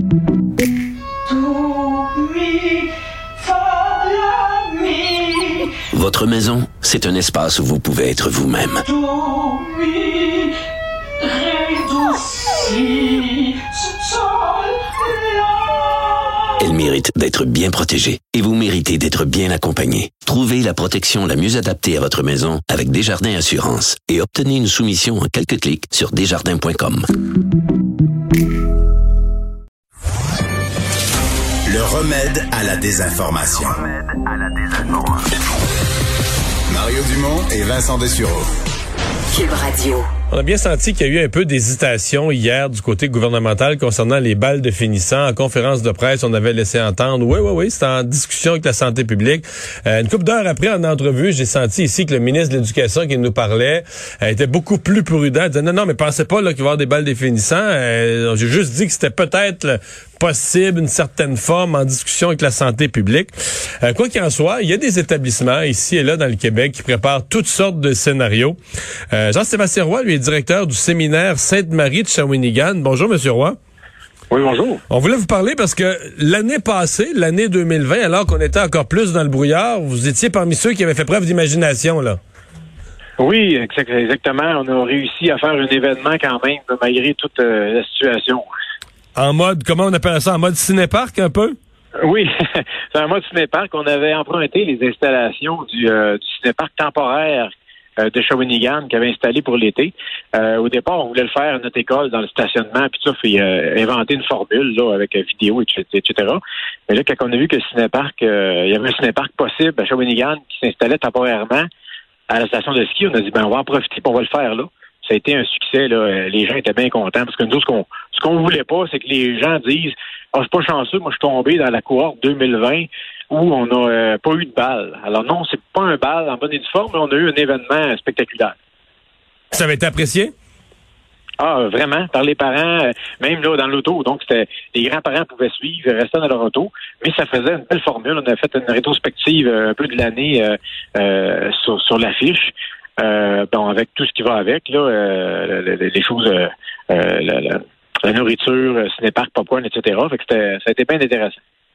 Votre maison, c'est un espace où vous pouvez être vous-même. Elle mérite d'être bien protégée et vous méritez d'être bien accompagné. Trouvez la protection la mieux adaptée à votre maison avec Desjardins Assurance et obtenez une soumission en quelques clics sur desjardins.com. Le remède à la désinformation. Mario Dumont et Vincent Dessureau. Cube Radio. On a bien senti qu'il y a eu un peu d'hésitation hier du côté gouvernemental concernant les balles de finissant. En conférence de presse, on avait laissé entendre, oui, c'était en discussion avec la santé publique. Une couple d'heures après, en entrevue, j'ai senti ici que le ministre de l'Éducation qui nous parlait était beaucoup plus prudent. Il disait, non, mais pensez pas là, qu'il va y avoir des balles de finissant. J'ai juste dit que c'était peut-être possible, une certaine forme en discussion avec la santé publique. Quoi qu'il en soit, il y a des établissements ici et là dans le Québec qui préparent toutes sortes de scénarios. Jean-Sébastien Roy, lui, est directeur du séminaire Sainte-Marie de Shawinigan. Bonjour, Monsieur Roy. Oui, bonjour. On voulait vous parler parce que l'année passée, l'année 2020, alors qu'on était encore plus dans le brouillard, vous étiez parmi ceux qui avaient fait preuve d'imagination, là. Oui, exactement. On a réussi à faire un événement quand même, malgré toute la situation. En mode, comment on appelle ça, en mode cinéparc un peu? Oui, c'est un mode cinéparc. On avait emprunté les installations du cinéparc temporaire de Shawinigan qui avait installé pour l'été. Au départ, on voulait le faire à notre école dans le stationnement, puis ça, puis inventer une formule là avec vidéo, etc. Mais là, quand on a vu que le cinéparc, il y avait un cinéparc possible à Shawinigan qui s'installait temporairement à la station de ski, on a dit on va en profiter, puis on va le faire là. Ça a été un succès, là. Les gens étaient bien contents parce que nous, ce qu'on voulait pas, c'est que les gens disent je suis pas chanceux, moi je suis tombé dans la cohorte 2020 où on n'a pas eu de balle. Alors non, c'est pas un bal en bonne et due forme, mais on a eu un événement spectaculaire. Ça avait été apprécié? Ah, vraiment, par les parents, même là dans l'auto. Donc, les grands-parents pouvaient suivre, rester dans leur auto, mais ça faisait une belle formule. On a fait une rétrospective un peu de l'année sur l'affiche. Avec tout ce qui va avec, là, les choses, la nourriture, cinéparc, popcorn, etc. Fait que ça a été bien intéressant.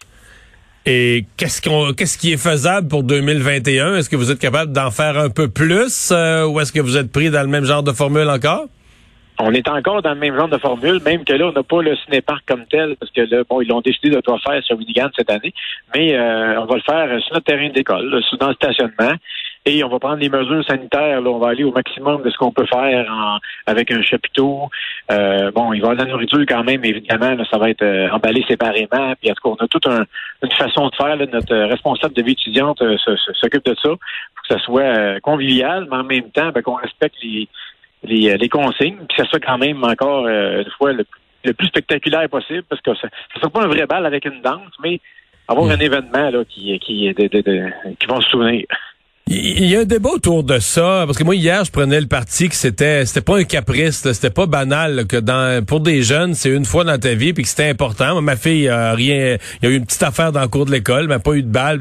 Et qu'est-ce qui est faisable pour 2021? Est-ce que vous êtes capable d'en faire un peu plus ou est-ce que vous êtes pris dans le même genre de formule encore? On est encore dans le même genre de formule, même que là, on n'a pas le cinéparc comme tel, parce que là, ils l'ont décidé de le faire sur Shawinigan cette année, mais on va le faire sur notre terrain d'école, là, dans le stationnement, et on va prendre les mesures sanitaires, là, on va aller au maximum de ce qu'on peut faire avec un chapiteau. Il va y avoir de la nourriture quand même, évidemment, là, ça va être emballé séparément, puis en tout cas, on a toute une façon de faire, là, notre responsable de vie étudiante s'occupe de ça, pour que ça soit convivial, mais en même temps, qu'on respecte les consignes, puis que ça soit quand même encore une fois le plus spectaculaire possible, parce que ça ne sera pas un vrai bal avec une danse, mais avoir un événement là qui vont se souvenir. Il y a un débat autour de ça, parce que moi, hier, je prenais le parti que c'était pas un caprice, là, c'était pas banal, là, que pour des jeunes, c'est une fois dans ta vie, puis que c'était important. Moi, ma fille, il y a eu une petite affaire dans le cours de l'école, mais pas eu de balle.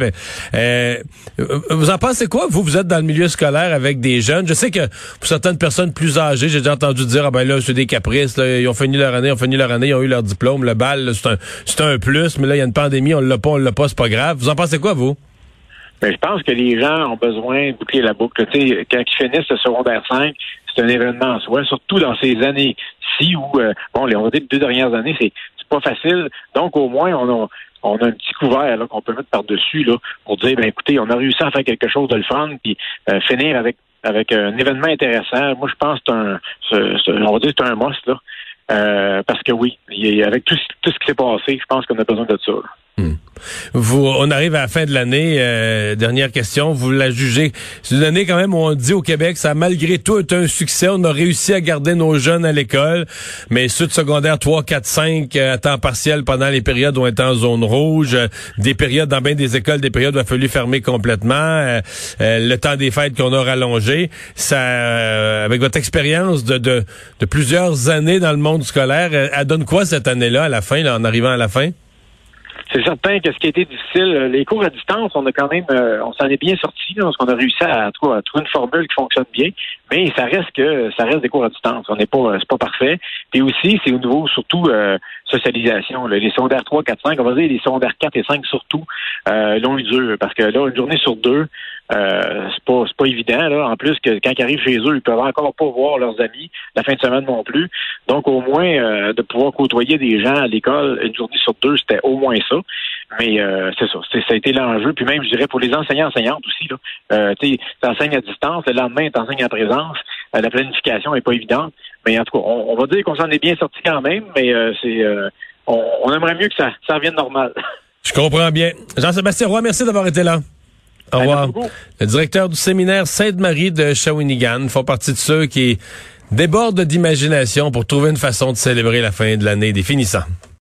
Vous en pensez quoi? Vous êtes dans le milieu scolaire avec des jeunes. Je sais que pour certaines personnes plus âgées, j'ai déjà entendu dire, là, c'est des caprices, là, ils ont fini leur année, ils ont eu leur diplôme, le bal, là, c'est un plus, mais là, il y a une pandémie, on l'a pas, c'est pas grave. Vous en pensez quoi, vous? Ben, je pense que les gens ont besoin de boucler la boucle. Tu sais, quand ils finissent le secondaire 5, c'est un événement en soi, surtout dans ces années-ci où, on va dire les 2 dernières années, c'est pas facile. Donc, au moins, on a un petit couvert là, qu'on peut mettre par-dessus là, pour dire, écoutez, on a réussi à faire quelque chose de le fun, puis finir avec un événement intéressant. Moi, je pense que c'est un must, là. Parce que oui, avec tout ce qui s'est passé, je pense qu'on a besoin de ça. On arrive à la fin de l'année, dernière question, vous la jugez. C'est une année quand même où on dit au Québec, ça a malgré tout été un succès, on a réussi à garder nos jeunes à l'école, mais ceux de secondaire 3, 4, 5 à temps partiel pendant les périodes où on était en zone rouge, des périodes dans bien des écoles, des périodes où il a fallu fermer complètement, le temps des fêtes qu'on a rallongé, ça, avec votre expérience de plusieurs années dans le monde scolaire, elle donne quoi cette année-là, à la fin, là, en arrivant à la fin? c'est certain que ce qui a été difficile, les cours à distance, on a quand même, on s'en est bien sorti, là, parce qu'on a réussi à trouver une formule qui fonctionne bien, mais ça reste des cours à distance. C'est pas parfait. Puis aussi, c'est au niveau surtout socialisation. Là, les secondaires 3, 4, 5, on va dire les secondaires 4 et 5 surtout l'ont eu dur, parce que là, une journée sur deux, c'est pas évident. Là. En plus que quand ils arrivent chez eux, ils peuvent encore pas voir leurs amis la fin de semaine non plus. Donc au moins de pouvoir côtoyer des gens à l'école une journée sur deux, c'était au moins ça. Mais c'est ça, ça a été l'enjeu. Puis même, je dirais, pour les enseignants-enseignantes aussi, là, tu enseignes à distance, le lendemain, tu enseignes en présence. La planification est pas évidente. Mais en tout cas, on va dire qu'on s'en est bien sorti quand même, mais on aimerait mieux que ça revienne normal. Je comprends bien. Jean-Sébastien Roy, merci d'avoir été là. Au revoir. Le directeur du séminaire Sainte-Marie de Shawinigan font partie de ceux qui débordent d'imagination pour trouver une façon de célébrer la fin de l'année des finissants.